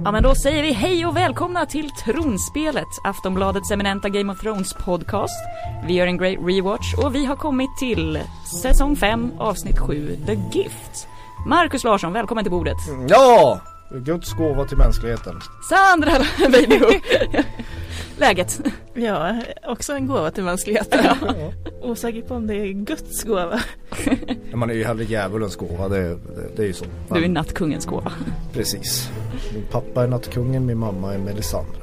Ja, men då säger vi hej och välkomna till Tronspelet, Aftonbladets eminenta Game of Thrones podcast. Vi gör en great rewatch och vi har kommit till säsong 5, avsnitt 7, The Gift. Marcus Larsson, välkommen till bordet. Ja, Guds gåva till mänskligheten. Sandra Babyho. Läget? Ja, också en gåva till mänskligheten. Ja. Osäker på om det är Guds gåva. Man är ju hellre djävulens gåva, det är ju så. Du är nattkungens gåva. Precis. Min pappa är nattkungen, min mamma är Melisandre.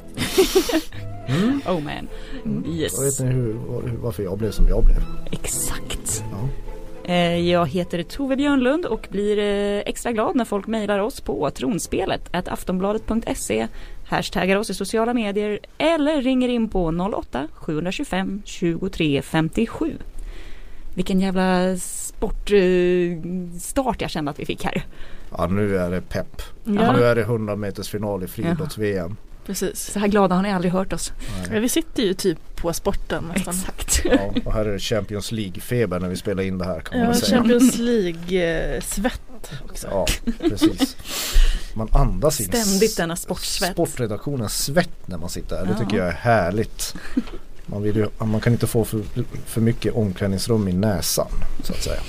Oh man. Yes. Och vet ni varför jag blev som jag blev? Exakt. Ja. Jag heter Tove Björnlund och blir extra glad när folk mejlar oss på tronspelet@aftonbladet.se, hashtaggar oss i sociala medier eller ringer in på 08-725 23 57. Vilken jävla sportstart jag kände att vi fick här. Ja, nu är det pepp. Ja. Nu är det 100 meters final i friidrotts-VM. Precis. Så här glada har ni aldrig hört oss. Ja, vi sitter ju typ på sporten nästan. Exakt. Ja, och här är det Champions League-feber när vi spelar in det här, kan man säga. Champions League-svett också. Ja, precis. Man andas in ständigt denna sportsvett. Sportredaktionens svett när man sitter här. Det tycker jag är härligt. Man kan inte få för mycket omklädningsrum i näsan, så att säga.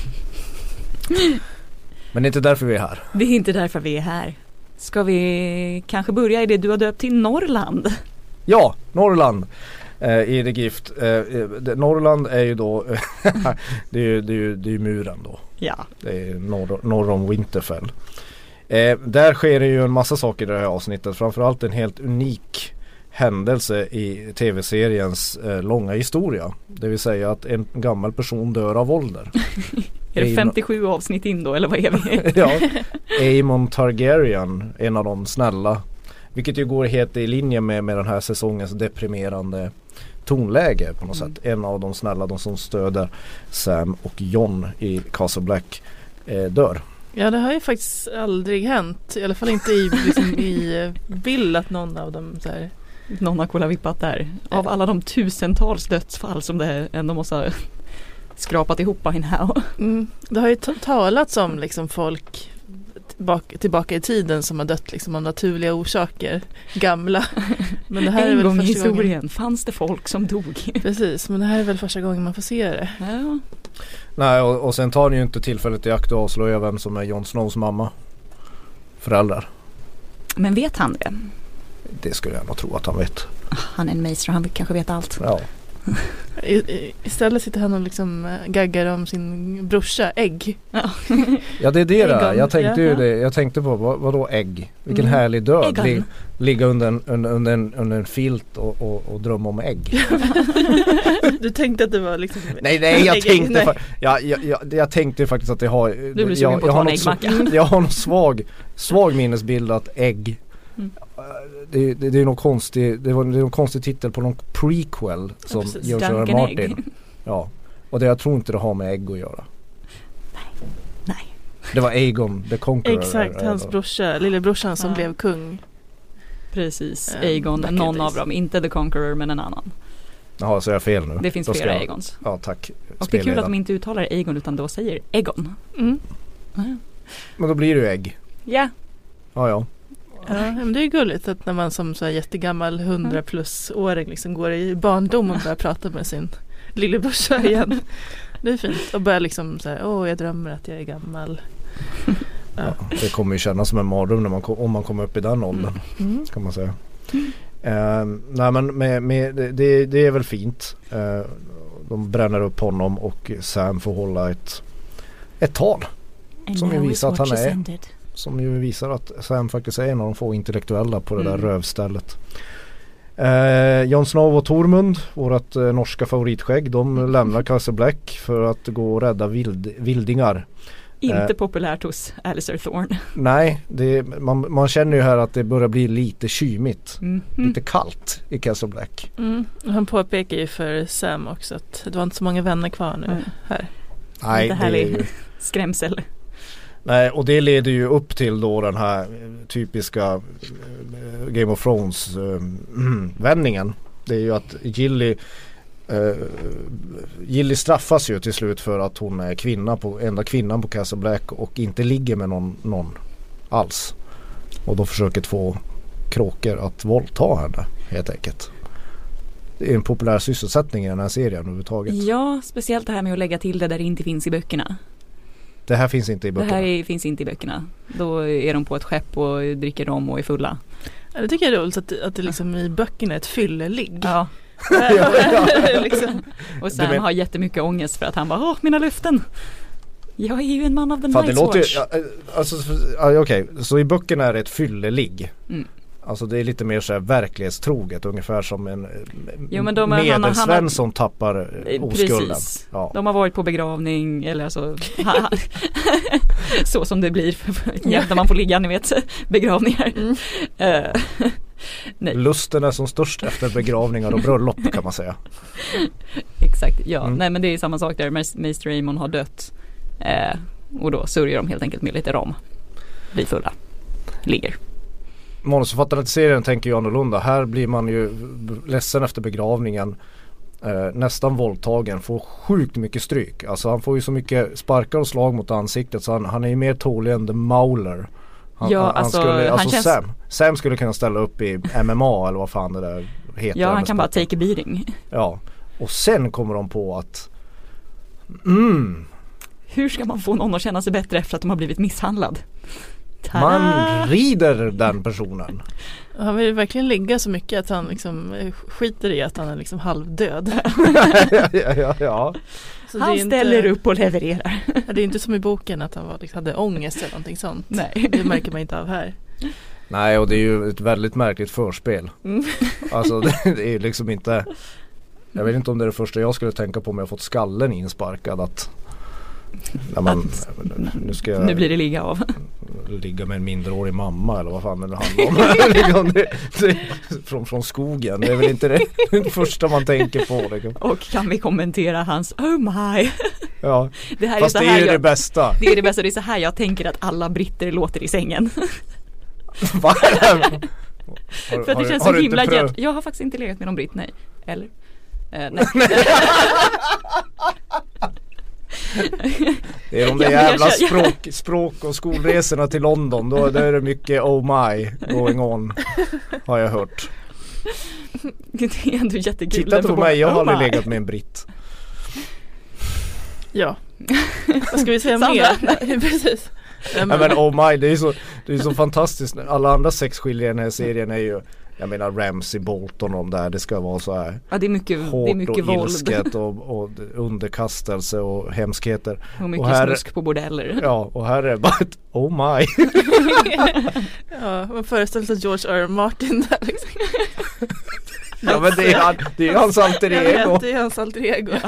Men det är inte därför vi är här. Det är inte därför vi är här. Ska vi kanske börja i det du har döpt till Norrland? Ja, Norrland i The Gift. Norrland är ju då det är ju muren då. Ja. Det är norr om Winterfell. Där sker det ju en massa saker i det här avsnittet. Framförallt en helt unik händelse i tv-seriens långa historia. Det vill säga att en gammal person dör av ålder. Är det 57 avsnitt in då, eller vad är vi? Ja, Aemon Targaryen, en av de snälla. Vilket ju går helt i linje med den här säsongens deprimerande tonläge på något sätt. En av de snälla, de som stöder Sam och Jon i Castle Black, dör. Ja, det har ju faktiskt aldrig hänt. I alla fall inte i bild att någon av dem så här. Någon har kolla vippat där. Av alla de tusentals dödsfall som det ändå måste ha skrapat ihop by now. Det har ju talats om liksom folk tillbaka i tiden som har dött liksom av naturliga orsaker. Gamla. Men det här en är väl gång i första historien gången. fanns det folk som dog. Precis, men det här är väl första gången man får se det. Ja. Nej, och sen tar ni ju inte tillfället i akt och avslöja vem som är Jon Snows mamma. Föräldrar. Men vet han det? Det skulle jag nog tro att han vet. Han är en meister, han kanske vet allt. Ja. Istället sitter han och liksom gaggar om sin brorsa ägg. Ja, det är det där. Äggon. Jag tänkte ju det. Jag tänkte på vadå ägg? Vilken härlig död. Ligga under en filt och drömma om ägg. Du tänkte att det var liksom Nej, jag tänkte faktiskt att det har du blir sugen på att ta en äggmacka. Jag har en svag minnesbild att ägg. Det är någon konstig titel på någon prequel som George R. R. Martin. Ja. Och jag tror inte det har med ägg att göra. Nej. Det var Aegon the Conqueror. Exakt, hans brorsa, lillebrorsan som blev kung. Precis, Aegon, någon av dem, inte the Conqueror men en annan. Jaha, så är jag fel nu. Det finns flera Aegons. Ja, tack. Och det är kul att de inte uttalar Aegon utan då säger Aegon. Men då blir det ju ägg. Ja. Ja. Ja, men det är gulligt att när man som så här jättegammal 100+-åring liksom går i barndom och börjar prata med sin lillebrorsa igen. Det är fint. Och börjar liksom så här, jag drömmer att jag är gammal. Ja, det kommer ju kännas som en mardröm om man kommer upp i den åldern, kan man säga. Nej, men det är väl fint. De bränner upp honom och Sam får hålla ett tal. Som ju visar att han är... Som ju visar att Sam faktiskt är en av de få intellektuella på det där rövstället. Jon Snow och Tormund, vårat norska favoritskägg, de lämnar Castle Black för att gå och rädda vildingar. Inte populärt hos Alistair Thorne. Nej, man känner ju här att det börjar bli lite kymigt. Lite kallt i Castle Black. Han påpekar ju för Sam också att det var inte så många vänner kvar nu här. Nej, lite härlig skrämsel. Nej, och det leder ju upp till då den här typiska Game of Thrones vändningen. Det är ju att Gilly straffas ju till slut för att hon är enda kvinnan på Castle Black och inte ligger med någon alls. Och då försöker 2 kråkor att våldta henne helt enkelt. Det är en populär sysselsättning i den här serien överhuvudtaget. Ja, speciellt det här med att lägga till det där det inte finns i böckerna. Det här finns inte i böckerna. Det här finns inte i böckerna. Då är de på ett skepp och dricker rom och är fulla. Ja, det tycker jag är roligt att det liksom i böckerna är ett fylleligg. Ja. Liksom. Och sen har jättemycket ångest för att han bara, mina löften. Jag är ju en man av den Night's Watch. Okej, så i böckerna är det ett fyllelig. Mm. Alltså det är lite mer så här verklighetstroget, ungefär som en Medelsvensson tappar oskulden. Precis. Ja. De har varit på begravning eller alltså så som det blir när man får ligga, ni vet, begravningar. Nej. Lusten är som störst efter begravningar och bröllop, kan man säga. Exakt, ja. Nej, men det är samma sak där. Maester Aemon har dött och då sörjer de helt enkelt med lite rom. Blir fulla. Ligger. Manusförfattarna till serien tänker ju annorlunda. Här blir man ju ledsen efter begravningen. Nästan våldtagen. Får sjukt mycket stryk. Alltså han får ju så mycket sparkar och slag mot ansiktet. Så han är ju mer tålig än The Mauler. Sam skulle kunna ställa upp i MMA eller vad fan det där heter. Ja, han kan bara take a beating. Ja. Och sen kommer de på att hur ska man få någon att känna sig bättre efter att de har blivit misshandlad? Man rider den personen. Han vill verkligen ligga så mycket att han liksom skiter i att han är liksom halvdöd. ja. Så han ställer upp och levererar. Det är inte som i boken att han hade ångest eller någonting sånt. Nej. Det märker man inte av här. Nej, och det är ju ett väldigt märkligt förspel. Alltså det är liksom inte... Jag vet inte om det är det första jag skulle tänka på om jag fått skallen insparkad att... Nu blir det ligga av. Ligga med en mindreårig mamma eller vad fan det handlar om. från skogen. Det är väl inte det första man tänker på. Liksom. Och kan vi kommentera hans oh my. Ja. Det här fast är det är ju det bästa. Det är det bästa. Det är så här jag tänker att alla britter låter i sängen. Vad? För att det känns så himla gett. Jag har faktiskt inte legat med någon britt, nej. Eller? Nej. Det är de där jävla språk- och skolresorna till London. Då är det mycket oh my going on, har jag hört. Det är ändå jättekul. Titta på mig, jag har aldrig legat med en britt. Ja. Vad ska vi säga mer? Precis. Ja, men oh my, det är så fantastiskt. Alla andra sexskiljer i den här serien är ju, jag menar Ramsay Bolton om där, det ska vara så här. Ja, det är mycket och våld. Ilsket och underkastelse och hemskheter. Och mycket här, snusk på bordeller. Ja, och här är bara ett oh my. Ja, man föreställer sig George R. Martin där liksom. Ja, men det är hans alter ego. Vet, det är hans alter ego. Ja.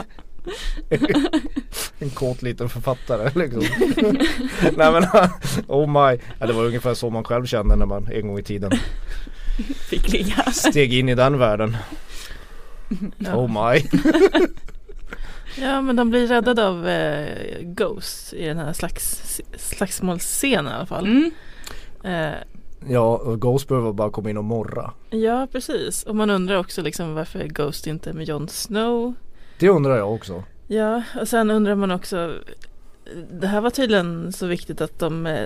En kåt liten författare liksom. Nej men oh my. Ja, det var ungefär så man själv kände när man en gång i tiden fick ligga. Steg in i den världen. Ja. Oh my. Ja, men de blir räddade av Ghost i den här slagsmålscenen i alla fall. Ja, och Ghost behöver bara komma in och morra. Ja, precis. Och man undrar också liksom varför Ghost inte är med Jon Snow. Det undrar jag också. Ja, och sen undrar man också, det här var tydligen så viktigt att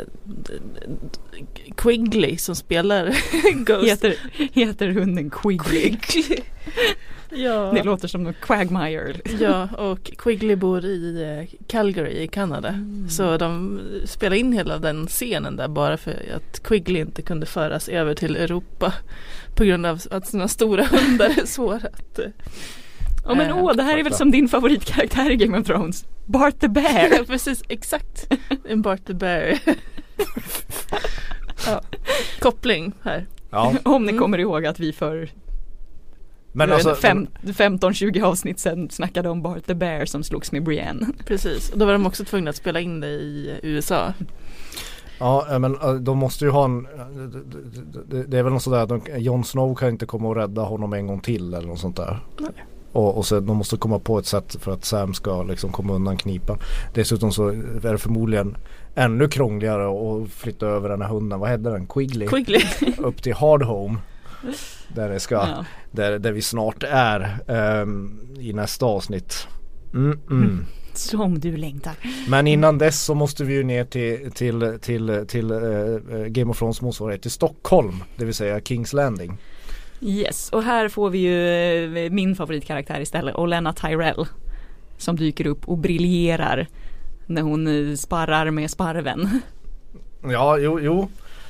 Quigley som spelar Ghost heter hunden Quigley. Ja. Det låter som en Quagmire. Ja, och Quigley bor i Calgary i Kanada. Så de spelar in hela den scenen där bara för att Quigley inte kunde föras över till Europa på grund av att sina stora hundar är svåra att... det här är väl som din favoritkaraktär i Game of Thrones. Bart the Bear. Ja, precis, exakt. En Bart the Bear. Ja. Koppling här. Ja. Om ni kommer ihåg att vi för 15-20 avsnitt sen snackade om Bart the Bear som slogs med Brienne. Precis, och då var de också tvungna att spela in det i USA. Ja, men de måste ju ha en... Det är väl något sådär att Jon Snow kan inte komma och rädda honom en gång till eller något sånt där. Nej. Och så de måste komma på ett sätt för att Sam ska liksom komma undan knipan. Dessutom så är det förmodligen ännu krångligare att flytta över den här hunden. Vad heter den? Quigley. Upp till Hardhome. Där det ska... Ja. Där vi snart är i nästa avsnitt. Som du längtar. Men innan dess så måste vi ju ner till Game of Thrones motsvarighet till Stockholm, det vill säga King's Landing. Yes, och här får vi ju min favoritkaraktär istället, Olenna Tyrell, som dyker upp och briljerar när hon sparrar med sparven. Ja, jo.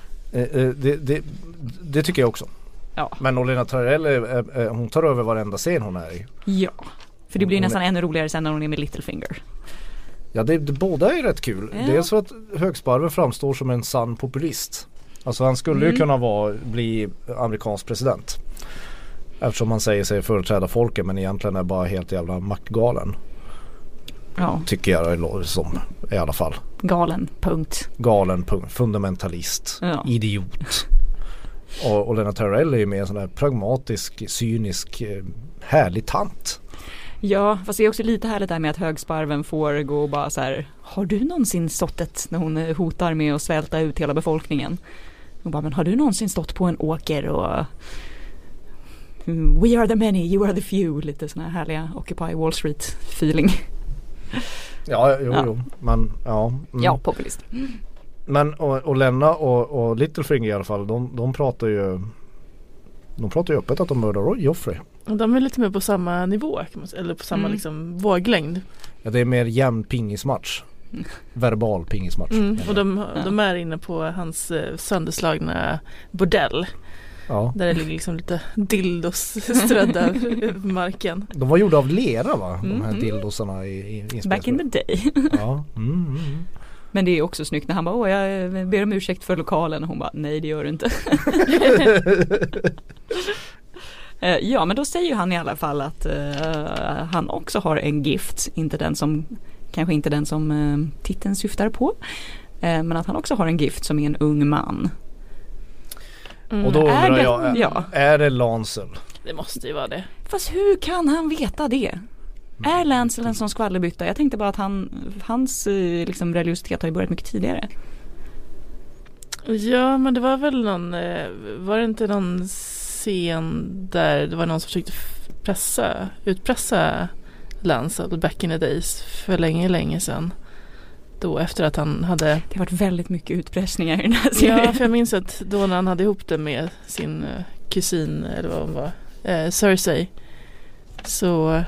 Det tycker jag också. Ja. Men Olenna Tyrell, hon tar över varenda scen hon är i. Ja, för det blir nästan ännu roligare sen när hon är med Littlefinger. Ja, det båda är rätt kul. Ja. Dels för att Högsparven framstår som en sann populist. Alltså han skulle ju kunna bli amerikansk president. Eftersom han säger sig företräda folket men egentligen är bara helt jävla maktgalen. Ja. Tycker jag som i alla fall. Galen, punkt. Fundamentalist, idiot. Och Lena Tyrell är ju mer en sån där pragmatisk, cynisk, härlig tant. Ja, fast det är också lite härligt där med att Högsparven får gå och bara så här: har du någonsin stått när hon hotar med att svälta ut hela befolkningen? Och bara, men har du någonsin stått på en åker och we are the many, you are the few, lite såna här härliga Occupy Wall Street feeling. Ja, jo. Men, ja. Ja, populist. Men och Lena och Littlefinger i alla fall, de pratar ju öppet att de mördar Joffrey. Och de är lite mer på samma nivå kan man säga, eller på samma liksom våglängd. Ja, det är mer jämn pingismatch. Verbal pingismatch. Och de är inne på hans sönderslagna bordell. Ja. Där det ligger liksom lite dildos strödda över marken. De var gjorda av lera, va? De här dildosarna i Back in the day. Ja. Men det är också snyggt när han bara, jag ber om ursäkt för lokalen. Och hon bara, nej det gör du inte. Ja, men då säger han i alla fall att han också har en gift. Kanske inte den som titeln syftar på. Men att han också har en gift som är en ung man. Och då undrar jag, är det Lancel? Det måste ju vara det. Fast hur kan han veta det? Är Lancel en sån skvallerbytta? Jag tänkte bara att hans liksom religiositet har ju börjat mycket tidigare. Ja, men det var väl var det inte någon scen där det var någon som försökte utpressa Lancel back in the days för länge sedan. Då efter att han hade... Det har varit väldigt mycket utpressningar i den här serien. Ja, för jag minns att då när han hade ihop det med sin kusin, eller vad hon var, Cersei, så...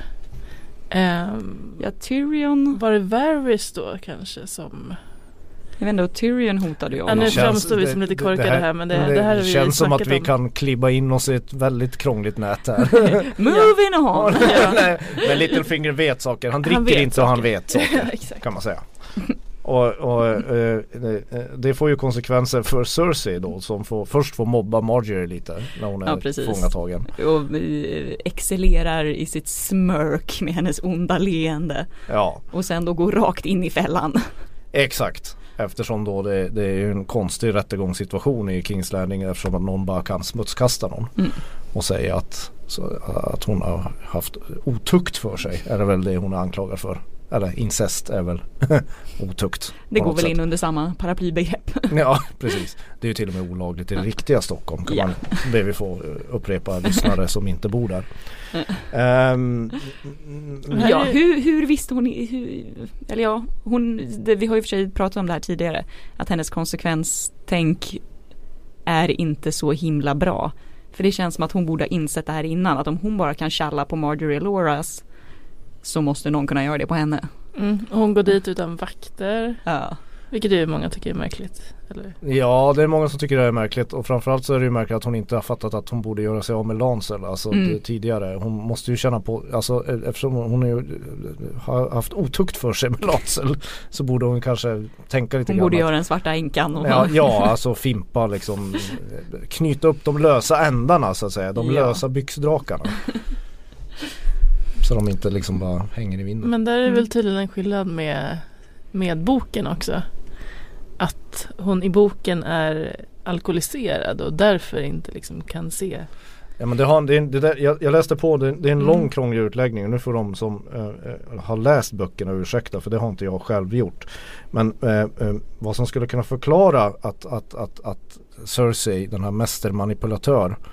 Tyrion... Var det Varys då kanske som... Jag vet inte, och Tyrion hotade ju honom. Nu framstår vi som lite korkade här, men det här det känns som att vi kan klibba in oss i ett väldigt krångligt nät här. Moving on! Nej, men Littlefinger vet saker. Han dricker inte och han vet saker, kan man säga. Och det får ju konsekvenser för Cersei då, som först får mobba Marjorie lite när hon är fångatagen. Och excellerar i sitt smirk med hennes onda leende. Ja. Och sen då går rakt in i fällan. Exakt. Eftersom då det är ju en konstig rättegångssituation i King's Landing, eftersom att någon bara kan smutskasta någon och säga att hon har haft otukt för sig, är det väl det hon är anklagad för. Eller incest är väl otukt. Det går väl in under samma paraplybegrepp. Ja, precis. Det är ju till och med olagligt i det riktiga Stockholm. Det vi får upprepa lyssnare som inte bor där. Ja, hur visste hon... vi har ju för sig pratat om det här tidigare. Att hennes konsekvenstänk är inte så himla bra. För det känns som att hon borde ha insett det här innan. Att om hon bara kan tjalla på Marjorie Loras, så måste någon kunna göra det på henne. Och hon går dit utan vakter. Ja. Vilket ju många tycker är märkligt. Eller? Ja, det är många som tycker det är märkligt. Och framförallt så är det ju märkligt att hon inte har fattat att hon borde göra sig av med Lancel. Alltså tidigare. Hon måste ju känna på, alltså, eftersom hon har haft otukt för sig med Lancel, så borde hon kanske tänka lite grann. Hon borde göra en svarta änkan. Ja, alltså fimpa liksom. Knyta upp de lösa ändarna så att säga. De lösa byxdrakarna. Så de inte liksom bara hänger i vinden. Men där är väl tydligen en skillnad med boken också. Att hon i boken är alkoholiserad och därför inte liksom kan se. Ja, men jag läste på, det är en lång krånglig utläggning. Nu får de som har läst böckerna ursäkta, för det har inte jag själv gjort. Men vad som skulle kunna förklara att Cersei, den här mästermanipulatör,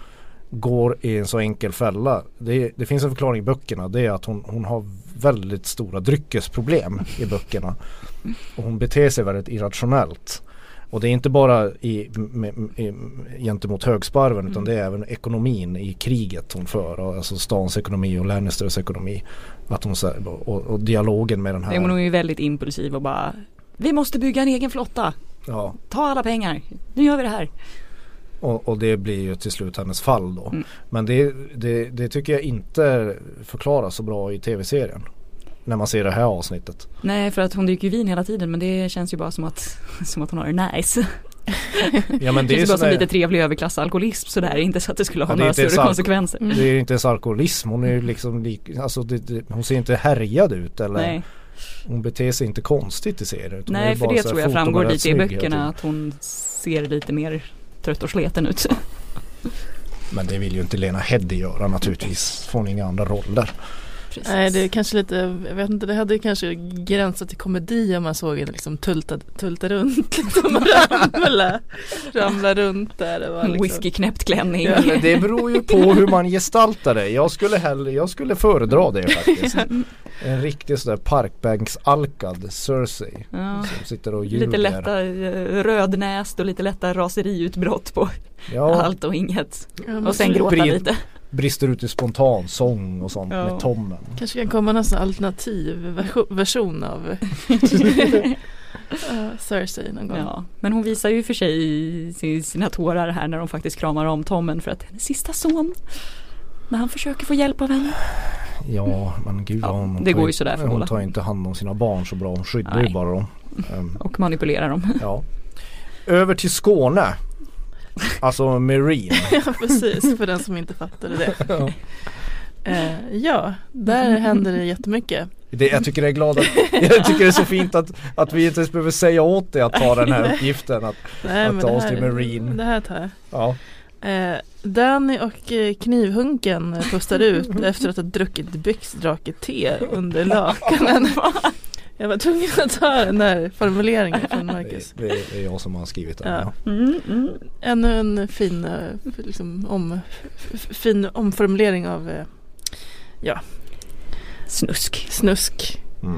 går i en så enkel fälla. Det finns en förklaring i böckerna. Det är att hon har väldigt stora dryckesproblem i böckerna. Och hon beter sig väldigt irrationellt. Och det är inte bara gentemot högsparven utan det är även ekonomin i kriget hon för. Alltså stans ekonomi och Lannisters ekonomi. Att hon, och dialogen med den här. Hon är ju väldigt impulsiv och bara, vi måste bygga en egen flotta. Ja. Ta alla pengar. Nu gör vi det här. Och det blir ju till slut hennes fall då. Men det tycker jag inte förklaras så bra i tv-serien. När man ser det här avsnittet. Nej, för att hon dricker vin hela tiden. Men det känns ju bara som att hon har det nice. Ja, men det känns är bara som lite trevlig överklassalkoholism. Så det är inte så att det skulle ha några större konsekvenser. Det är inte ens alkoholism. Hon är ju liksom alltså hon ser inte härjad ut. Eller Nej. Hon beter sig inte konstigt i serien. Nej, för det tror jag framgår lite i böckerna. Att hon ser lite mer trött och sleten ut. Men det vill ju inte Lena Headey göra naturligtvis. Får hon inga andra roller. Precis. Nej, det är kanske lite, jag vet inte, det hade kanske gränsat till komedi om man såg henne liksom tulta runt liksom, ramla runt där. Det var liksom whiskyknäppt klänning. Ja, det beror ju på hur man gestaltar det. Jag skulle föredra det faktiskt. En riktig sådär parkbänksalkad Cersei som sitter och ljuger. Lite lätta rödnäst och lite lätta raseriutbrott på allt och inget. Och sen gråta lite. Brister ut i spontan sång och sånt med Tommen. Kanske kan komma någon alternativ version av Cersei någon gång. Ja, men hon visar ju för sig sina tårar här när de faktiskt kramar om Tommen för att hennes sista son, när han försöker få hjälp av henne. Ja, men gud det går ju sådär för hon tar inte hand om sina barn så bra. Hon skyddar ju bara dem. Och manipulerar dem. Ja. Över till Skåne. Alltså Marine. Ja, precis, för den som inte fattade det. Där händer det jättemycket. Jag tycker det är glad jag tycker det är så fint att vi inte ens behöver säga åt dig att ta den här uppgiften att ta oss till Marine. Det här tar jag. Ja. Danny och knivhunken pustar ut efter att ha druckit byxdrake-te under lakanen. Jag var tvungen att ta den här formuleringen från Marcus. Det är jag som har skrivit den. Ja. Ännu en fin, fin omformulering av snusk.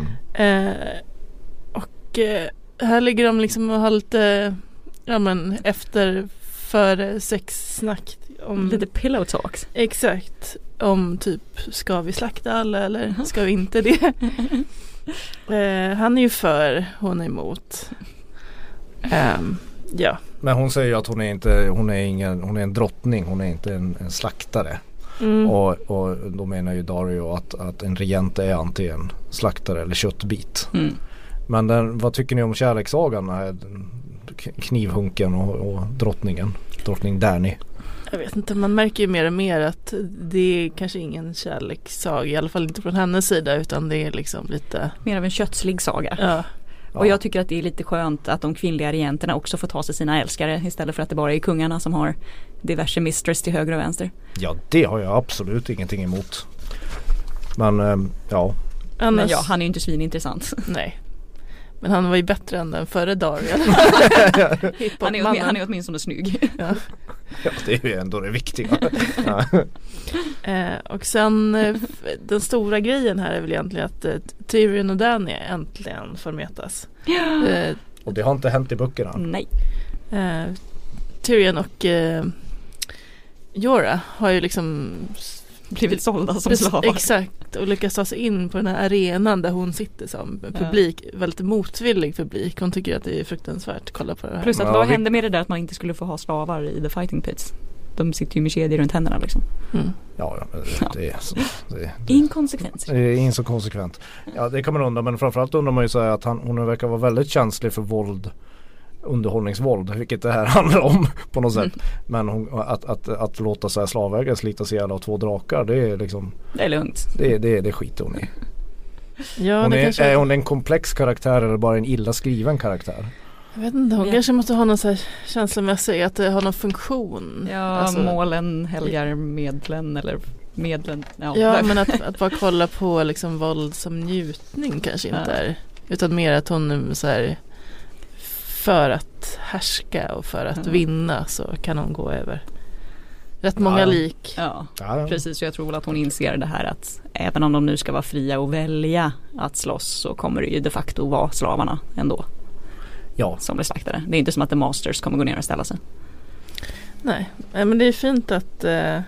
Och här ligger de liksom och har lite efter för sexsnack om lite pillow talks. Exakt. Om typ, ska vi slakta alla eller ska vi inte det? Han är ju för, hon är emot. Men hon säger ju att hon är en drottning, hon är inte en slaktare. Och då menar ju Dario att en regent är antingen slaktare eller köttbit. Men vad tycker ni om kärlekssagan, knivhunken och drottningen, drottning Danny? Jag vet inte, man märker ju mer och mer att det är kanske ingen kärlekssaga, i alla fall inte från hennes sida, utan det är liksom lite mer av en kötslig saga. Ja. Och jag tycker att det är lite skönt att de kvinnliga regenterna också får ta sig sina älskare istället för att det bara är kungarna som har diverse mistress till höger och vänster. Ja, det har jag absolut ingenting emot. Men Annars... Men han är ju inte svinintressant. Nej. Men han var ju bättre än den förre Dario. han är åtminstone snygg. Ja, det är ju ändå det viktiga. Och sen den stora grejen här är väl egentligen att Tyrion och Dany äntligen formetas. Och det har inte hänt i böckerna. Nej. Tyrion och Jorah har ju liksom blivit sålda som slavar. Exakt, och lyckas ta sig in på den här arenan där hon sitter som publik, väldigt motvillig publik. Hon tycker att det är fruktansvärt. Kolla på det här. Plus att vad hände med det där att man inte skulle få ha slavar i The Fighting Pits? De sitter ju med kedjor runt händerna liksom. Ja, det är så. Inkonsekvenser. Det är inte så konsekvent. Ja, det kan man undra, men framförallt undrar man ju säga att hon verkar vara väldigt känslig för våld, underhållningsvåld, vilket det här handlar om på något sätt. Men att låta så här slavägare slita sig av 2 drakar, det är liksom, det är lugnt. Det skiter hon i. Ja, är hon en komplex karaktär eller bara en illa skriven karaktär? Jag vet inte, hon kanske måste ha någon så här känslomässig, att det har någon funktion. Ja, alltså, målen helgar medlen eller medlen. Ja, men att bara kolla på liksom våld som njutning kanske inte är. Utan mer att hon så här, för att härska och för att vinna så kan hon gå över rätt många lik. Ja, precis. Så jag tror väl att hon inser det här att även om de nu ska vara fria och välja att slåss så kommer det ju de facto vara slavarna ändå. Ja. Som blir slaktade. Det är inte som att The Masters kommer gå ner och ställa sig. Nej, men det är fint att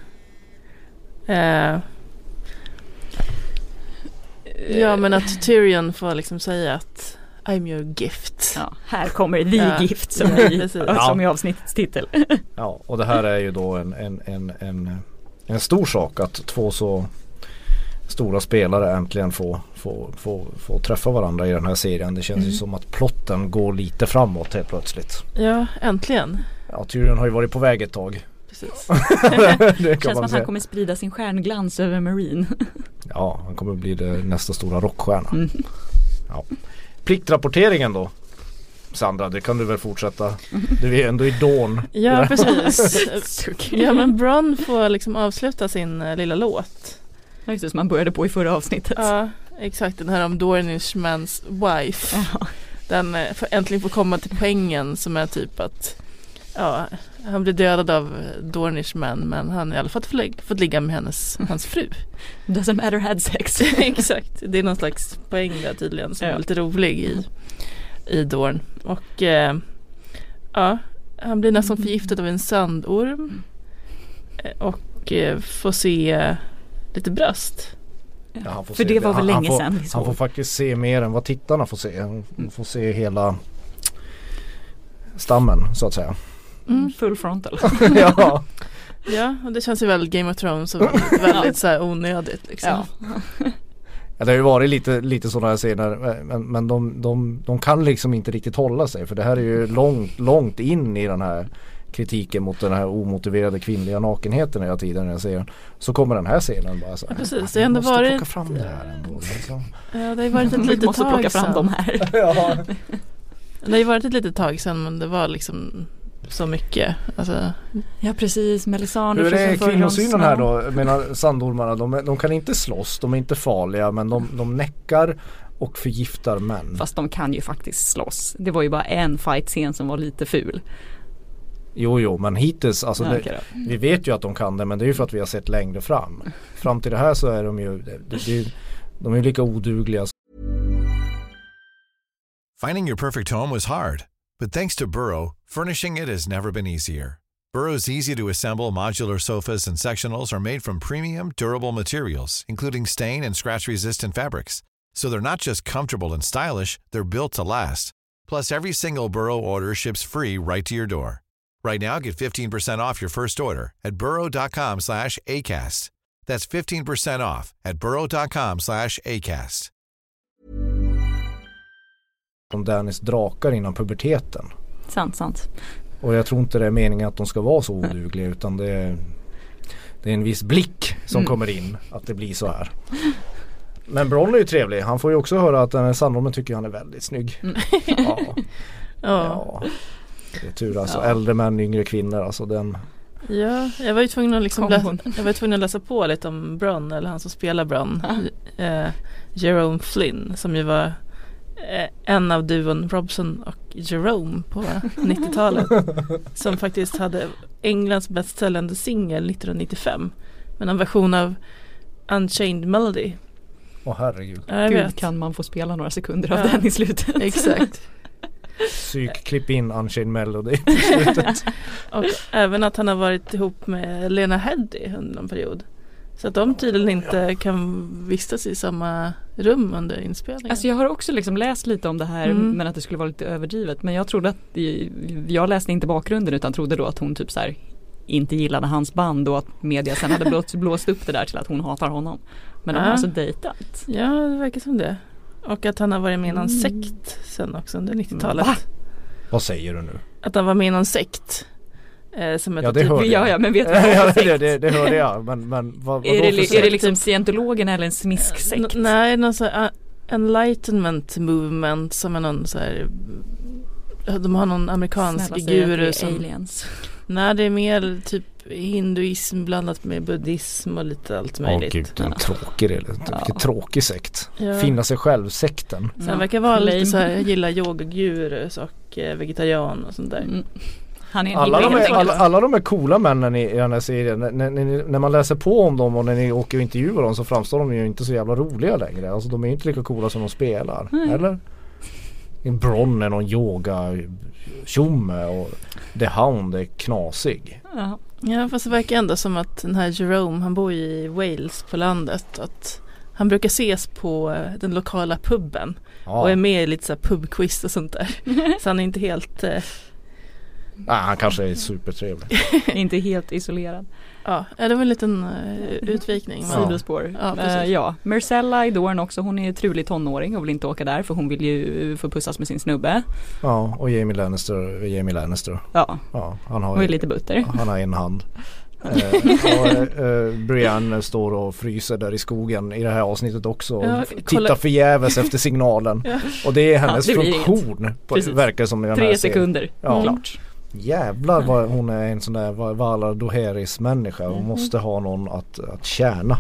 ja, men att Tyrion får liksom säga att I'm your gift. Ja, här kommer the gift som i avsnittets titel. Ja, och det här är ju då en stor sak att två så stora spelare äntligen få träffa varandra i den här serien. Det känns ju som att plotten går lite framåt helt plötsligt. Ja, äntligen. Ja, Tyrion har ju varit på väg ett tag. Precis. Det känns som att han kommer sprida sin stjärnglans över Marine. Ja, han kommer bli nästa stora rockstjärna. Ja. Pliktrapporteringen då, Sandra, det kan du väl fortsätta. Du är ändå i Dawn. Ja, precis. Ja, men Bronn får liksom avsluta sin lilla låt. Just det, som man började på i förra avsnittet. Ja, exakt. Den här om Dornishmans wife. Ja. Den äntligen får komma till poängen som är typ att han blir dödad av Dornishman, men han har i alla fall fått ligga med hans fru. Doesn't matter had sex. Exakt. Det är någon slags poäng där tydligen som är lite rolig i Dorn. Och han blir nästan förgiftad av en sandorm och får se lite bröst. Ja, för det var väl länge sedan. Han får faktiskt se mer än vad tittarna får se. Han får se hela stammen så att säga. Full frontal. Ja. Ja, och det känns ju väl Game of Thrones som väldigt så här onödigt liksom. Ja, det har ju varit lite sådana här scener, men de kan liksom inte riktigt hålla sig, för det här är ju långt in i den här kritiken mot den här omotiverade kvinnliga nakenheten hela tiden jag ser. Så kommer den här scenen bara så här. Ja, precis. Det har ändå varit plocka fram det här ändå. Liksom. Ja, det har varit ett litet tag plocka fram de här. Ja. Det har ju varit ett litet tag sedan, men det var liksom så mycket. Alltså. Ja, precis. Melisandre. Hur är kvinnosynen här då? Jag menar, sandormarna, de kan inte slåss, de är inte farliga, men de näckar och förgiftar män. Fast de kan ju faktiskt slåss. Det var ju bara en fight-scen som var lite ful. Jo, men hittills, alltså vi vet ju att de kan det, men det är ju för att vi har sett längre fram. Fram till det här så är de ju de är lika odugliga. Finding your perfect home was hard, but thanks to Burrow, furnishing it has never been easier. Burrow's easy-to-assemble modular sofas and sectionals are made from premium, durable materials, including stain and scratch-resistant fabrics. So they're not just comfortable and stylish, they're built to last. Plus, every single Burrow order ships free right to your door. Right now, get 15% off your first order at burrow.com/ACAST. That's 15% off at burrow.com/ACAST. Om Dannys drakar innan puberteten. Sant. Och jag tror inte det är meningen att de ska vara så odugliga, utan det är en viss blick som kommer in att det blir så här. Men Bronn är ju trevlig. Han får ju också höra att den här sandormen tycker han är väldigt snygg. Ja. Det är tur alltså. Äldre män, yngre kvinnor, alltså den. Ja, jag var ju tvungen att läsa på lite om Bronn, eller han som spelar Bronn. Jerome Flynn, som ju var en av duon Robson och Jerome på 90-talet, som faktiskt hade Englands bästsäljande singel 1995, men en version av Unchained Melody. Herregud. Gud, kan man få spela några sekunder av den i slutet. Exakt. Klipp in Unchained Melody i slutet. Och även att han har varit ihop med Lena Headey under en period. Så att de tydligen inte kan vistas i samma rum under inspelningen. Alltså jag har också liksom läst lite om det här, men att det skulle vara lite överdrivet. Men jag trodde att jag läste inte bakgrunden, utan trodde då att hon typ så här inte gillade hans band, och att media sen hade blåst upp det där till att hon hatar honom. Men de har alltså dejtat. Ja, det verkar som det. Och att han har varit med i någon sekt sen också under 90-talet. Va? Vad säger du nu? Att han var med i någon sekt. Som det hörde jag. Ja, men vet du det hörde jag. Men vad är det liksom scientologen eller en smisksekt? Nej, någon så här enlightenment movement som är någon så här, de har någon amerikansk guru som aliens. Nej, det är mer typ hinduism blandat med buddhism och lite allt möjligt. Gud, vilken tråkig sekt. Finna sig själv sekten. Sen verkar vara lite så här, jag gillar yogagurus och vegetarian och sånt där. Han är alla de är coola männen i den här serien. När man läser på om dem och när ni åker och intervjuar dem så framstår de ju inte så jävla roliga längre. Alltså de är ju inte lika coola som de spelar. Eller? Bronn är någon yoga tjomme och The Hound är knasig. Ja, fast det verkar ändå som att den här Jerome, han bor i Wales på landet, att han brukar ses på den lokala puben och är med i lite så här pubquiz och sånt där. Så han är inte helt... Han kanske är supertrevlig. Inte helt isolerad. Ja, det var en liten utvikning. Sidospår. Ja, Marcella i Dorn också, hon är trulig tonåring och vill inte åka där för hon vill ju få pussas med sin snubbe. Ja, och Jamie Lannister. Ja, han har och är lite butter. Han har en hand. Brienne står och fryser där i skogen i det här avsnittet också och tittar förgäves efter signalen. Och det är hennes funktion verkar som i den 3 sekunder, klart. Jävlar vad hon är en sån där Valar Dohaeris människa. Hon måste ha någon att tjäna.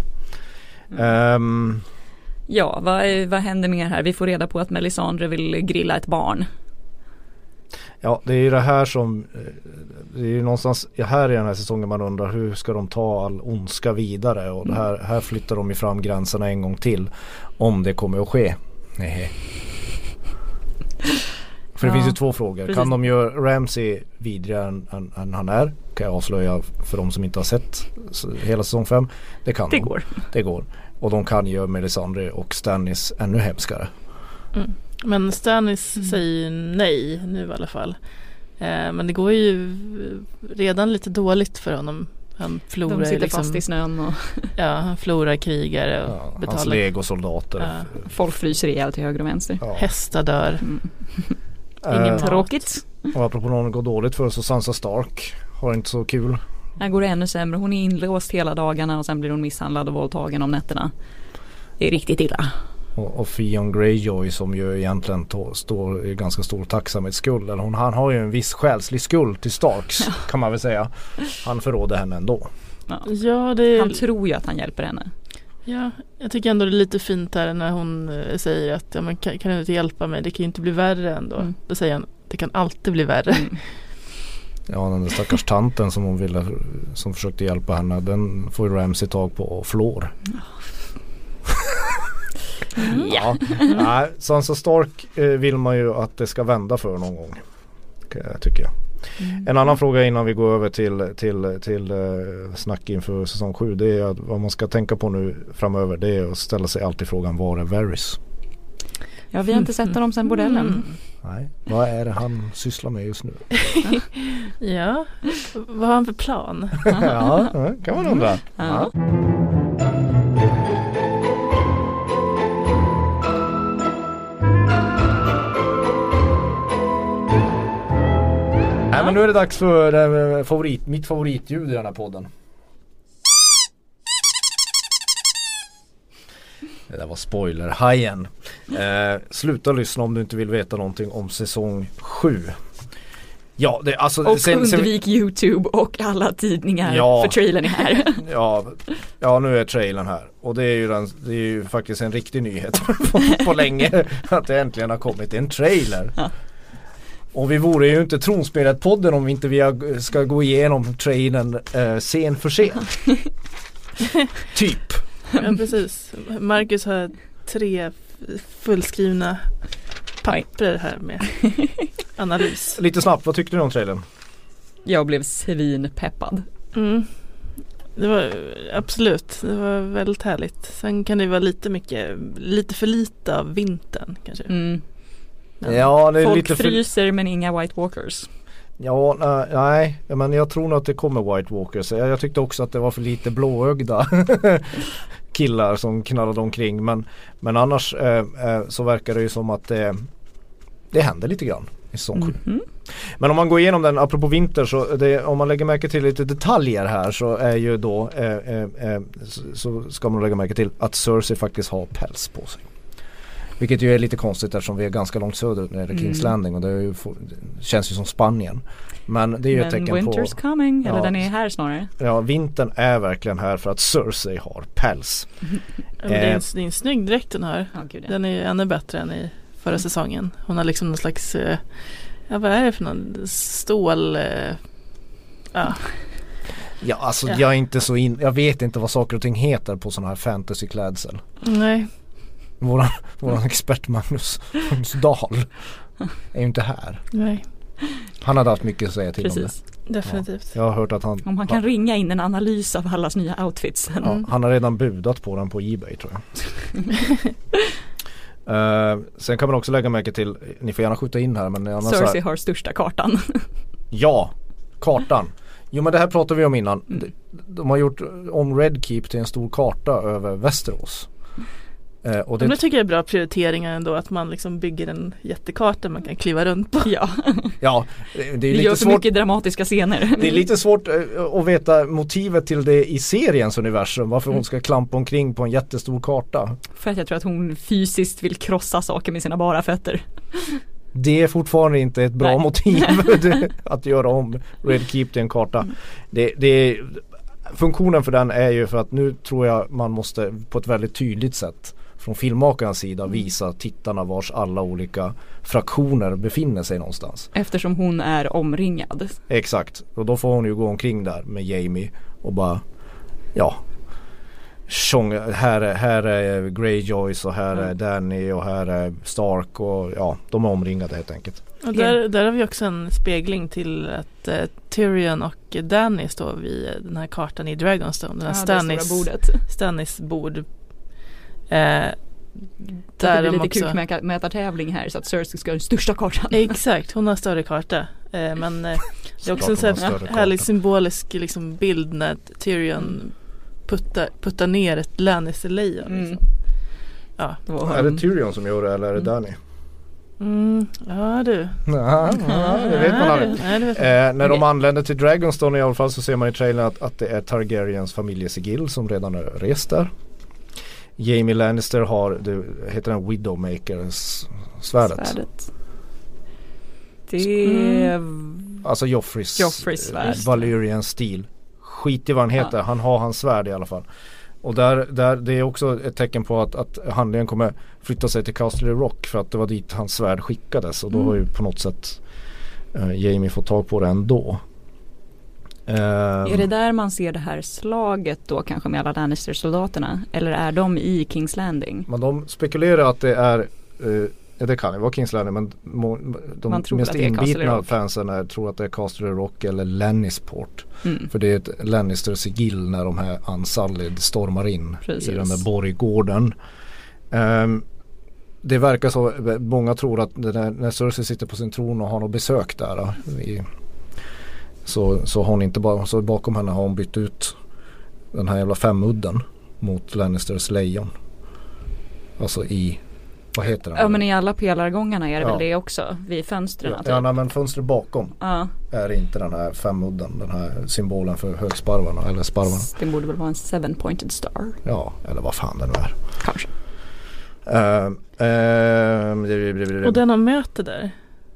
Ja, vad händer mer här? Vi får reda på att Melisandre vill grilla ett barn. Ja, det är ju det här som det är ju någonstans här i den här säsongen man undrar hur ska de ta all ondska vidare och det här flyttar de ju fram gränserna en gång till om det kommer att ske. Nej. För det finns ju 2 frågor. Precis. Kan de göra Ramsay vidare än han är? Kan jag avslöja för de som inte har sett hela säsong 5. Det kan det de. Går. Det går. Och de kan göra Melisandre och Stannis ännu hemskare. Men Stannis säger nej nu i alla fall. Men det går ju redan lite dåligt för honom. Han förlorar de sitter liksom, fast i snön och han förlorar krigare och betalar. Hans legosoldater. Folk fryser ihjäl till höger och vänster. Hästar dör. Ingen tråkigt. Och apropå någon går dåligt för så Sansa Stark har inte så kul. Här går det ännu sämre. Hon är inlåst hela dagarna och sen blir hon misshandlad och våldtagen om nätterna. Det är riktigt illa. Och Theon Greyjoy som ju egentligen står i ganska stor tacksamhetsskuld. Eller han har ju en viss själslig skuld till Starks kan man väl säga. Han förråder henne ändå. Ja, han tror ju att han hjälper henne. Ja, jag tycker ändå det är lite fint här när hon säger att men kan du inte hjälpa mig? Det kan ju inte bli värre ändå. Då säger han, det kan alltid bli värre. Ja, den där stackars tanten som försökte hjälpa henne, den får ju Ramsay tag på och flår. Ja. Nej, Sansa Stark vill man ju att det ska vända för någon gång, tycker jag. En annan fråga innan vi går över till snack inför säsong 7, det är att vad man ska tänka på nu framöver, det är att ställa sig alltid frågan, var är Varys? Ja, vi har inte sett honom sedan bordellen. Nej, vad är det han sysslar med just nu? Ja, vad har han för plan? Ja, kan man undra. Ja. Nej, men nu är det dags för mitt favoritljud i den här podden. Det där var spoilerhajen. Sluta lyssna om du inte vill veta någonting om säsong 7. Ja, det, alltså, och undvik YouTube och alla tidningar för trailern är här. Ja, nu är trailern här. Och det är ju faktiskt en riktig nyhet på länge att det äntligen har kommit en trailer. Ja. Och vi vore ju inte Tronspelet-podden om vi inte ska gå igenom trailern scen för scen. Typ. Ja, precis. Marcus har 3 fullskrivna papper här med analys. Lite snabbt, vad tyckte du om trailern? Jag blev svinpeppad. Det var absolut, det var väldigt härligt. Sen kan det vara lite för lite av vintern kanske. Ja, det är folk lite fryser men inga White Walkers. Ja, nej, men jag tror nog att det kommer White Walkers. Jag tyckte också att det var för lite blåögda killar som knallade omkring. Men annars så verkar det ju som att det händer lite grann i säsong 7. Men om man går igenom den, apropå vinter, så om man lägger märke till lite detaljer här så är ju då så ska man lägga märke till att Cersei faktiskt har päls på sig. Vilket ju är lite konstigt eftersom vi är ganska långt söderut när det är King's Landing och det känns ju som Spanien. Men det är ju ett tecken på... winter's coming, eller den är här snarare. Ja, vintern är verkligen här för att Cersei har päls. Det är en snygg dräkt den här. Den är ju ännu bättre än i förra säsongen. Hon har liksom någon slags Ja, vad är det för någon stål... Ja, alltså jag är inte så jag vet inte vad saker och ting heter på sådana här fantasyklädsel. Nej. Våran expert Magnus Dahl är ju inte här. Nej. Han hade haft mycket att säga till om det. Definitivt. Ja, jag har hört att han... Om han kan ringa in en analys av allas nya outfits. Ja, han har redan budat på den på eBay, tror jag. Sen kan man också lägga märke till, ni får gärna skjuta in här, men annars Cersei har största kartan. Ja, kartan. Jo, men det här pratade vi om innan. De har gjort om Red Keep till en stor karta över Västerås. Och det tycker jag är bra prioriteringar ändå, att man liksom bygger en jättekarta man kan kliva runt på. Ja, det är det lite gör för svårt. mycket dramatiska scener. Det är lite svårt att veta motivet till det i seriens universum. Varför hon ska klampa omkring på en jättestor karta. För att jag tror att hon fysiskt vill krossa saker med sina bara fötter. Det är fortfarande inte ett bra motiv att göra om Red Keep till en karta. Funktionen för den är ju för att nu tror jag man måste på ett väldigt tydligt sätt från filmmakarens sida visa tittarna vars alla olika fraktioner befinner sig någonstans. Eftersom hon är omringad. Exakt. Och då får hon ju gå omkring där med Jaime och bara här är Greyjoys och här är Dany och här är Stark och de är omringade helt enkelt. Och där har vi också en spegling till att Tyrion och Dany står vid den här kartan i Dragonstone. Den här Stannis bord. Där det blir lite kukmätartävling här så att Cersei ska ha den största kartan. Exakt, hon har större karta. Men det är också en sån här härlig symbolisk liksom, bild när Tyrion puttar ner ett Lannister-lejon. Liksom. Ja, är det Tyrion som gör det eller är det Dany? Ja du. Det vet man aldrig. När de anländer till Dragonstone i alla fall så ser man i trailern att det är Targaryens familjesigill som redan är rest där. Jaime Lannister har, det heter den Widowmaker-svärdet. Det är... Alltså Joffreys svärd. Valyrian stil. Skit i vad han heter, han har hans svärd i alla fall. Och där det är också ett tecken på att handlingen kommer flytta sig till Castle Rock för att det var dit hans svärd skickades och då har ju på något sätt Jaime fått tag på det ändå. Är det där man ser det här slaget då kanske med alla Lannister-soldaterna eller är de i King's Landing? Men de spekulerar att det är det kan ju vara King's Landing men de mest inbitna fansen tror att det är Castle Rock eller Lannisport. För det är ett Lannister-sigill när de här Unsullied stormar in i den där borggården. Det verkar så, många tror att när Cersei sitter på sin tron och har något besök där så har hon inte bara, så bakom henne har hon bytt ut den här jävla femudden mot Lannisters lejon. Alltså i, vad heter den? Ja, men i alla pelargångarna är det väl det också, vid fönstren. Men fönstret bakom är inte den här femudden, den här symbolen för högsparvarna eller sparvarna. Det borde väl vara en 7-pointed star. Ja, eller vad fan det nu är. Kanske. Och den har möte där.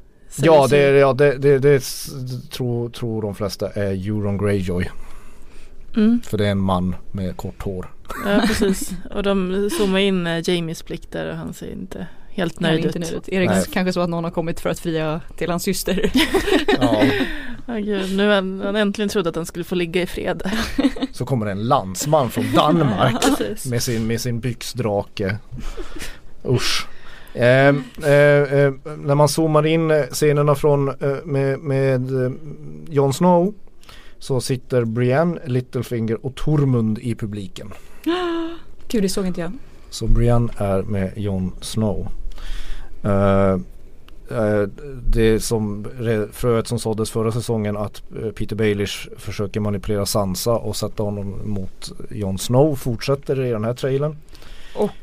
Det tror de flesta är Euron Greyjoy. För det är en man med kort hår. Ja, precis. Och de zoomar in Jaimes blick där och han ser inte helt nöjd ut. Är det kanske så att någon har kommit för att fria till hans syster? Gud, nu har han äntligen trodde att han skulle få ligga i fred. Så kommer en landsman från Danmark med sin byxdrake. Usch. När man zoomar in scenerna från med Jon Snow så sitter Brienne, Littlefinger och Tormund i publiken. Gud, det såg inte jag. Så Brienne är med Jon Snow. Det som fröet som såddes förra säsongen att Peter Baelish försöker manipulera Sansa och sätta honom mot Jon Snow fortsätter i den här trailern. Och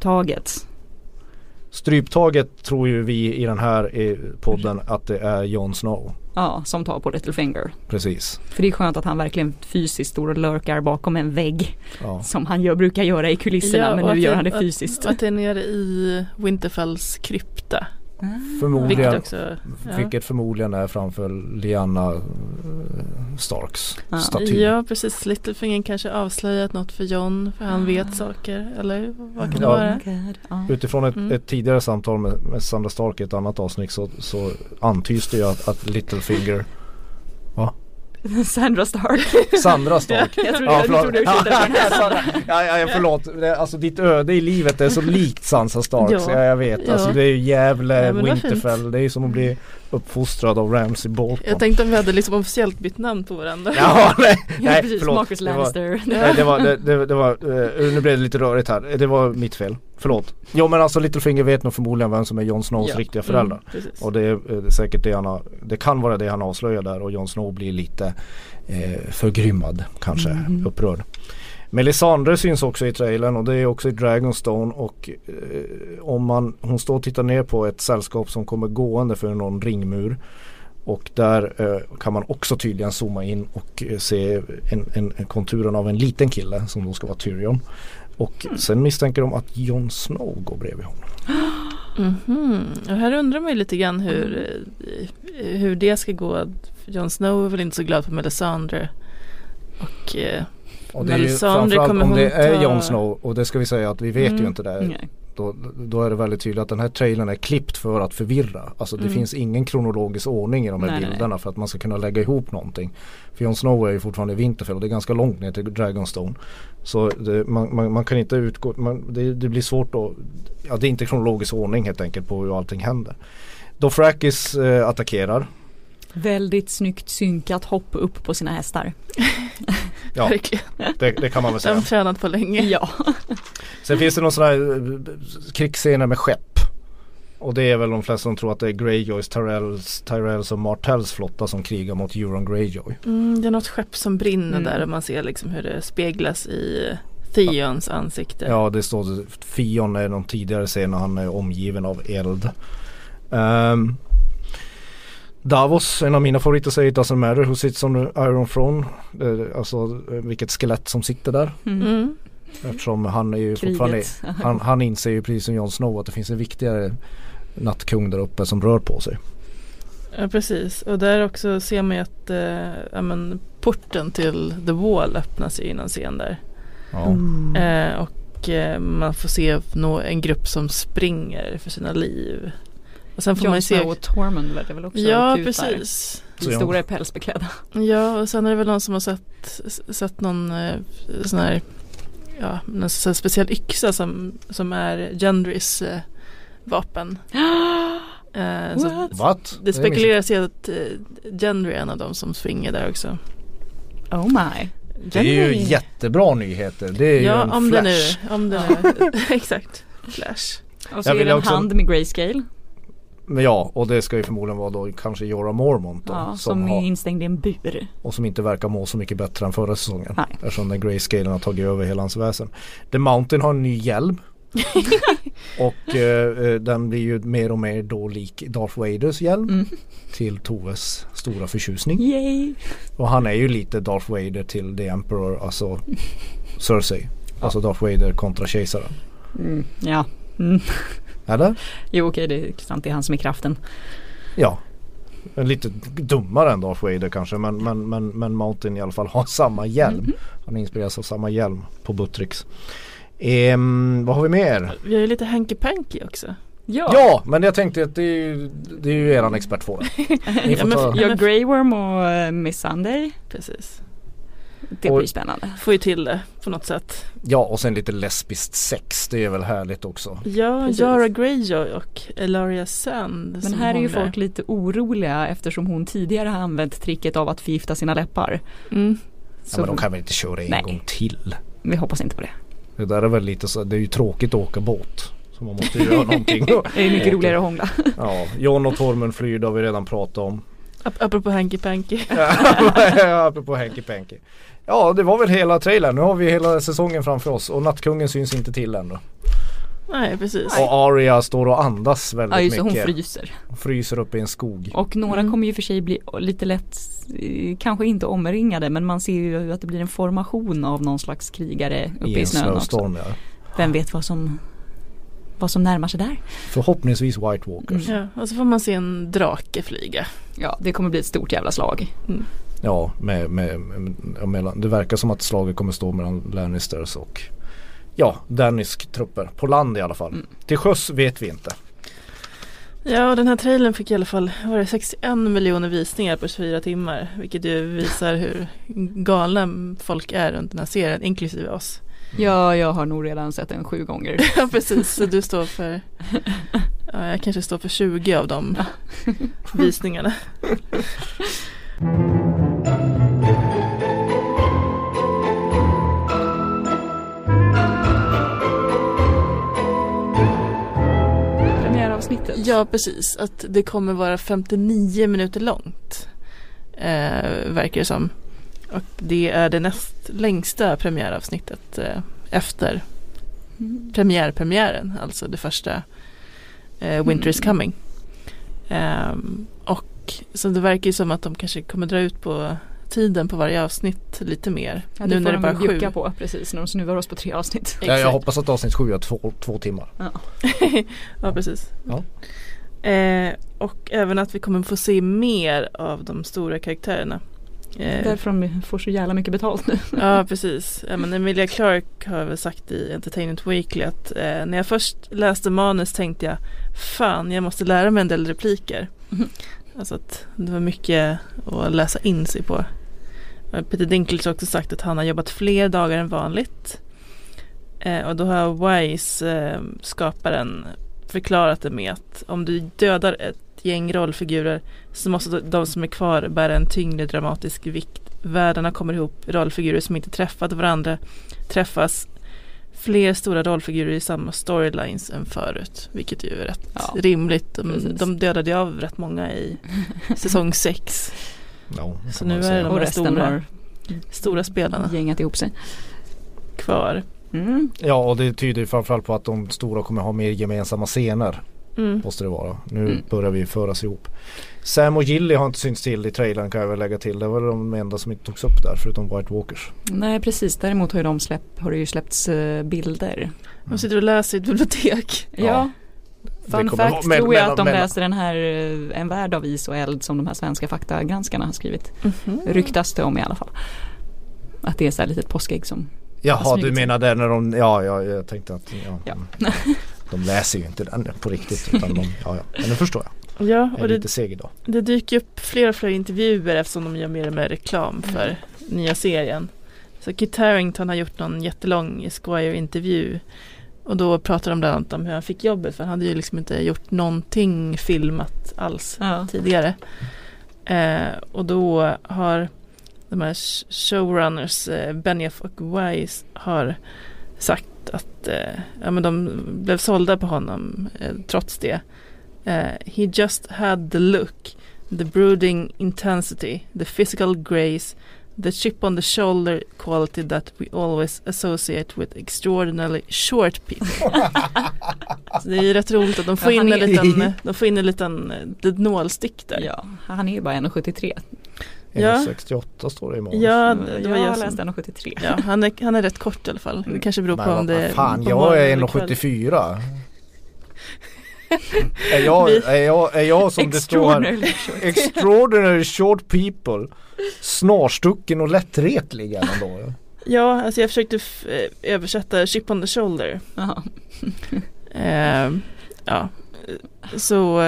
Stryptaget tror ju vi i den här podden att det är Jon Snow. Ja, som tar på Littlefinger. Precis. För det är skönt att han verkligen fysiskt står och lurkar bakom en vägg. Som han brukar göra i kulisserna, men nu gör han det fysiskt. Att det är nere i Winterfells krypta. Förmodligen, vilket förmodligen är framför Lyanna Starks staty. Ja, precis. Littlefinger kanske avslöjat något för Jon, för han vet saker, eller vad kan det vara? Utifrån ett tidigare samtal med Sandra Stark i ett annat avsnitt så antyds det ju att Littlefinger... Va? Sandra Stark. Sandra Stark. Jag trodde du förlåt. Alltså ditt öde i livet är så likt Sansa Stark. Ja, jag vet. Ja. Alltså det är ju Gävle, Winterfell. Det är ju som att bli uppfostrad av Ramsay Bolton. Jag tänkte om vi hade liksom officiellt bytt namn på varandra. Ja, nej precis. Förlåt. Marcus Lannister. Det var nu blev det lite rörigt här. Det var mitt fel. Förlåt. Jo, men alltså Littlefinger vet nog förmodligen vem som är Jon Snows riktiga föräldrar. Och det är säkert det kan vara det han avslöjar där, och Jon Snow blir lite förgrymmad, kanske upprörd. Melisandre syns också i trailern, och det är också i Dragonstone, och hon står och tittar ner på ett sällskap som kommer gående för någon ringmur, och där kan man också tydligen zooma in och se en konturen av en liten kille som då ska vara Tyrion. Och sen misstänker de att Jon Snow går bredvid honom. Och här undrar man ju lite grann hur det ska gå. Jon Snow är väl inte så glad på Melisandre. Och det är ju framförallt om det är Jon Snow, och det ska vi säga att vi vet ju inte det. Då är det väldigt tydligt att den här trailern är klippt för att förvirra. Alltså det finns ingen kronologisk ordning i de här bilderna för att man ska kunna lägga ihop någonting. För Jon Snow är ju fortfarande i Winterfell, och det är ganska långt ner till Dragonstone. Så man kan inte utgå, det blir svårt att, det är inte kronologisk ordning helt enkelt på hur allting händer. Dothrakis attackerar. Väldigt snyggt synkat hopp upp på sina hästar. Ja, verkligen. Det kan man väl säga. De har tränat på länge. Ja. Sen finns det någon sån här krigsscener med skepp. Och det är väl de flesta som tror att det är Greyjoys, Tyrells och Martells flotta som krigar mot Euron Greyjoy. Det är något skepp som brinner där, och man ser liksom hur det speglas i Theons ansikte. Ja, det står Theon är någon tidigare scen när han är omgiven av eld. Davos, en av mina favoriter, säger It doesn't matter who sits on the Iron Throne. Alltså vilket skelett som sitter där. Eftersom han är ju fortfarande, han inser ju precis som Jon Snow att det finns en viktigare nattkung där uppe som rör på sig. Ja, precis. Och där också ser man ju att porten till The Wall öppnas i någon scen där. Ja. Och man får se en grupp som springer för sina liv. Och sen får man se och Tormund är väl också. Ja, precis. De stora är pälsbeklädda. Ja, och sen är det väl någon som har sett någon sån här en sån speciell yxa som är Gendrys vapen. What? Det spekuleras ju att Gendry är en av dem som svingar där också. Oh my. Det är ju jättebra nyheter. Det är ju en om Flash. Det nu exakt. Flash. Och så är det en hand med grayscale. Ja, och det ska ju förmodligen vara då kanske Jorah Mormont då, ja, som är instängd i en bur. Och som inte verkar må så mycket bättre än förra säsongen. Nej. Eftersom den grayscalen har tagit över hela hans väsen. The Mountain har en ny hjälm. Och den blir ju mer och mer då lik Darth Vaders hjälm. Till Toves stora förtjusning. Yay. Och han är ju lite Darth Vader till The Emperor, alltså Cersei. Alltså Darth Vader kontra kejsaren. Ja. Eller? Jo, okej, det är sant, det är han som är kraften. Ja. Lite dummare än Darth Vader kanske, men Mountain i alla fall har samma hjälm. Han inspireras av samma hjälm på Buttricks. Vad har vi mer? Vi har ju lite Hanky Panky också. Ja, men jag tänkte att det är ju eran expert på det. Grey Worm och Miss Sunday. Precis. Det blir spännande. Får ju till det på något sätt. Ja, och sen lite lesbiskt sex. Det är väl härligt också. Ja, Yara Greyjoy och Ellaria Sand. Men här är ju folk lite oroliga eftersom hon tidigare har använt tricket av att förgifta sina läppar. Så, men de kan väl inte köra en gång till. Vi hoppas inte på det. Det där är väl lite så, det är ju tråkigt att åka båt. Så man måste göra någonting. Det är mycket roligare att hångla. Ja, Jon och Tormund flyr, det har vi redan pratat om. Apropå Hanky Panky. Apropå Hanky Panky. Ja, det var väl hela trailern. Nu har vi hela säsongen framför oss. Och nattkungen syns inte till ännu. Nej, precis. Och Arya står och andas väldigt mycket. Ja, hon fryser. Hon fryser upp i en skog. Och några kommer ju för sig bli lite lätt, kanske inte omringade, men man ser ju att det blir en formation av någon slags krigare uppe i snön också. Ja. Vem vet vad som närmar sig där? Förhoppningsvis White Walkers. Ja, och så får man se en drake flyga. Ja, det kommer bli ett stort jävla slag. Ja, det verkar som att slaget kommer stå mellan Lannisters och Danisk-trupper. På land i alla fall. Till sjöss vet vi inte. Ja, och den här trailern fick i alla fall 61 miljoner visningar på 24 timmar. Vilket ju visar hur galna folk är runt den här serien, inklusive oss. Ja, jag har nog redan sett den 7 gånger. Ja, precis. Så du står för... Ja, jag kanske står för 20 av de visningarna. Premiäravsnittet. Ja, precis. Att det kommer vara 59 minuter långt. Verkar det som. Och det är det näst längsta premiäravsnittet efter premiären. Alltså det första Winter is Coming. Och så det verkar ju som att de kanske kommer dra ut på tiden på varje avsnitt lite mer. Ja, det nu när det bara bjucka på, precis, när de snuvar oss på 3 avsnitt. Ja, jag hoppas att avsnitt 7 är 2 timmar. Ja, ja precis. Ja. Och även att vi kommer få se mer av de stora karaktärerna. Därför de får så jävla mycket betalt nu. Ja, precis. Men Emilia Clarke har väl sagt i Entertainment Weekly att när jag först läste manus tänkte jag fan, jag måste lära mig en del repliker. Alltså att det var mycket att läsa in sig på. Peter Dinklage har också sagt att han har jobbat fler dagar än vanligt. Och då har Wise, skaparen, förklarat det med att om du dödar ett gäng rollfigurer så måste de som är kvar bära en tyngre dramatisk vikt. Världarna kommer ihop, rollfigurer som inte träffat varandra träffas, fler stora rollfigurer i samma storylines än förut, vilket ju är rätt rimligt. De dödade av rätt många i säsong 6. Så nu är de stora spelarna gängat ihop sig kvar. Ja, och det tyder framförallt på att de stora kommer ha mer gemensamma scener. Måste det vara. Nu börjar vi föras ihop. Sam och Gilly har inte synts till i trailern, kan jag väl lägga till. Det var de enda som inte togs upp där, förutom White Walkers. Nej, precis. Däremot har det ju släppts bilder. De sitter och läser i ett bibliotek. Ja. Fun fact tror jag att de läser den här En värld av is och eld som de här svenska faktagranskarna har skrivit. Ryktas det om i alla fall. Att det är så här litet påskägg som... Jaha, du menar där när de... Ja, jag tänkte att... De läser ju inte den på riktigt, utan men nu förstår jag. Ja, och lite seg idag. Det dyker upp fler och fler intervjuer eftersom de gör mer och mer reklam för nya serien. Så Kit Harington har gjort någon jättelång Esquire-intervju och då pratar de bland annat om hur han fick jobbet, för han hade ju liksom inte gjort någonting filmat alls tidigare. Och då har de här showrunners Benioff och Wise har sagt att men de blev sålda på honom trots det. He just had the look, the brooding intensity, the physical grace, the chip on the shoulder quality that we always associate with extraordinarily short people. Så det är ju rätt roligt att de får in en liten nålstick där. Ja, han är ju bara 1,73. 1,68 står det i mål. Ja, jag läste 1,73. Ja, han är rätt kort i alla fall. Det kanske beror på om det... Fan, jag är 1,74. Är jag som det står extraordinary short people, snarstucken och lättretlig ändå. Ja, alltså jag försökte översätta chip on the shoulder. Så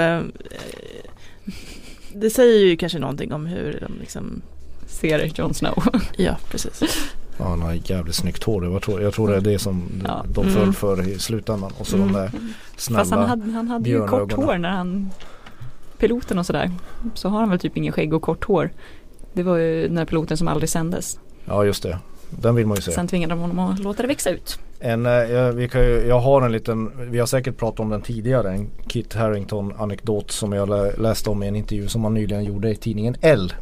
det säger ju kanske någonting om hur de liksom ser Jon Snow. Ja, precis. Ja, han har jävligt snyggt hår. Jag tror det är det som de föll för i slutändan. Och så de där snälla. Fast han hade ju kort hår när han piloten och sådär. Så har han väl typ ingen skägg och kort hår. Det var ju den här piloten som aldrig sändes. Ja, just det. Den vill man ju se. Sen tvingade de honom att låta det växa ut. Jag har en liten, vi har säkert pratat om den tidigare, en Kit Harington anekdot som jag läste om i en intervju som han nyligen gjorde i tidningen L.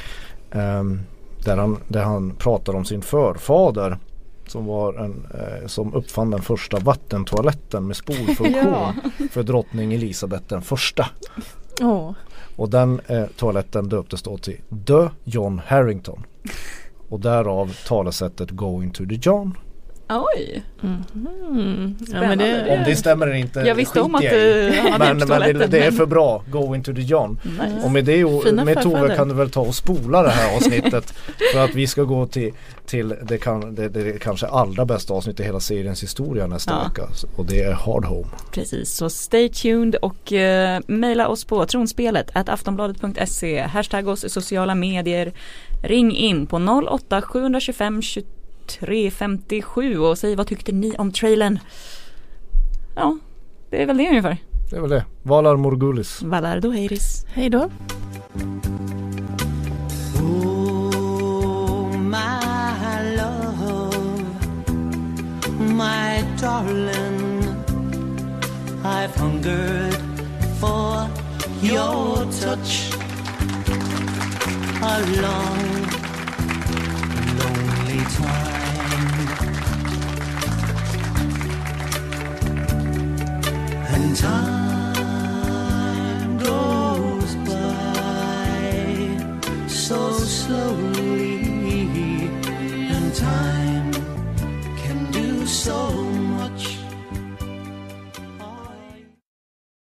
Där han pratar om sin förfader som var som uppfann den första vattentoaletten med spolfunktion för drottning Elisabeth den första. Och den toaletten döptes då till The John Harington. Och därav talesättet Going to the John. Oj. Ja, men det... Om det stämmer eller inte. Jag visste om att men det är för bra. Go into the John. Nice. Och med det med Tove kan du väl ta och spola det här avsnittet för att vi ska gå till det kanske allra bästa avsnitt i hela seriens historia nästa vecka. Och det är Hard Home. Precis, så stay tuned och mejla oss på tronspelet@aftonbladet.se, hashtag oss i sociala medier, ring in på 08-725 2357 och säg vad tyckte ni om trailern. Ja, det är väl det ungefär. Det är väl det. Valar Morgulis. Valardo Heiris. Hej då. Oh, my love, my darling, I've hungered for your touch a long, lonely time, and time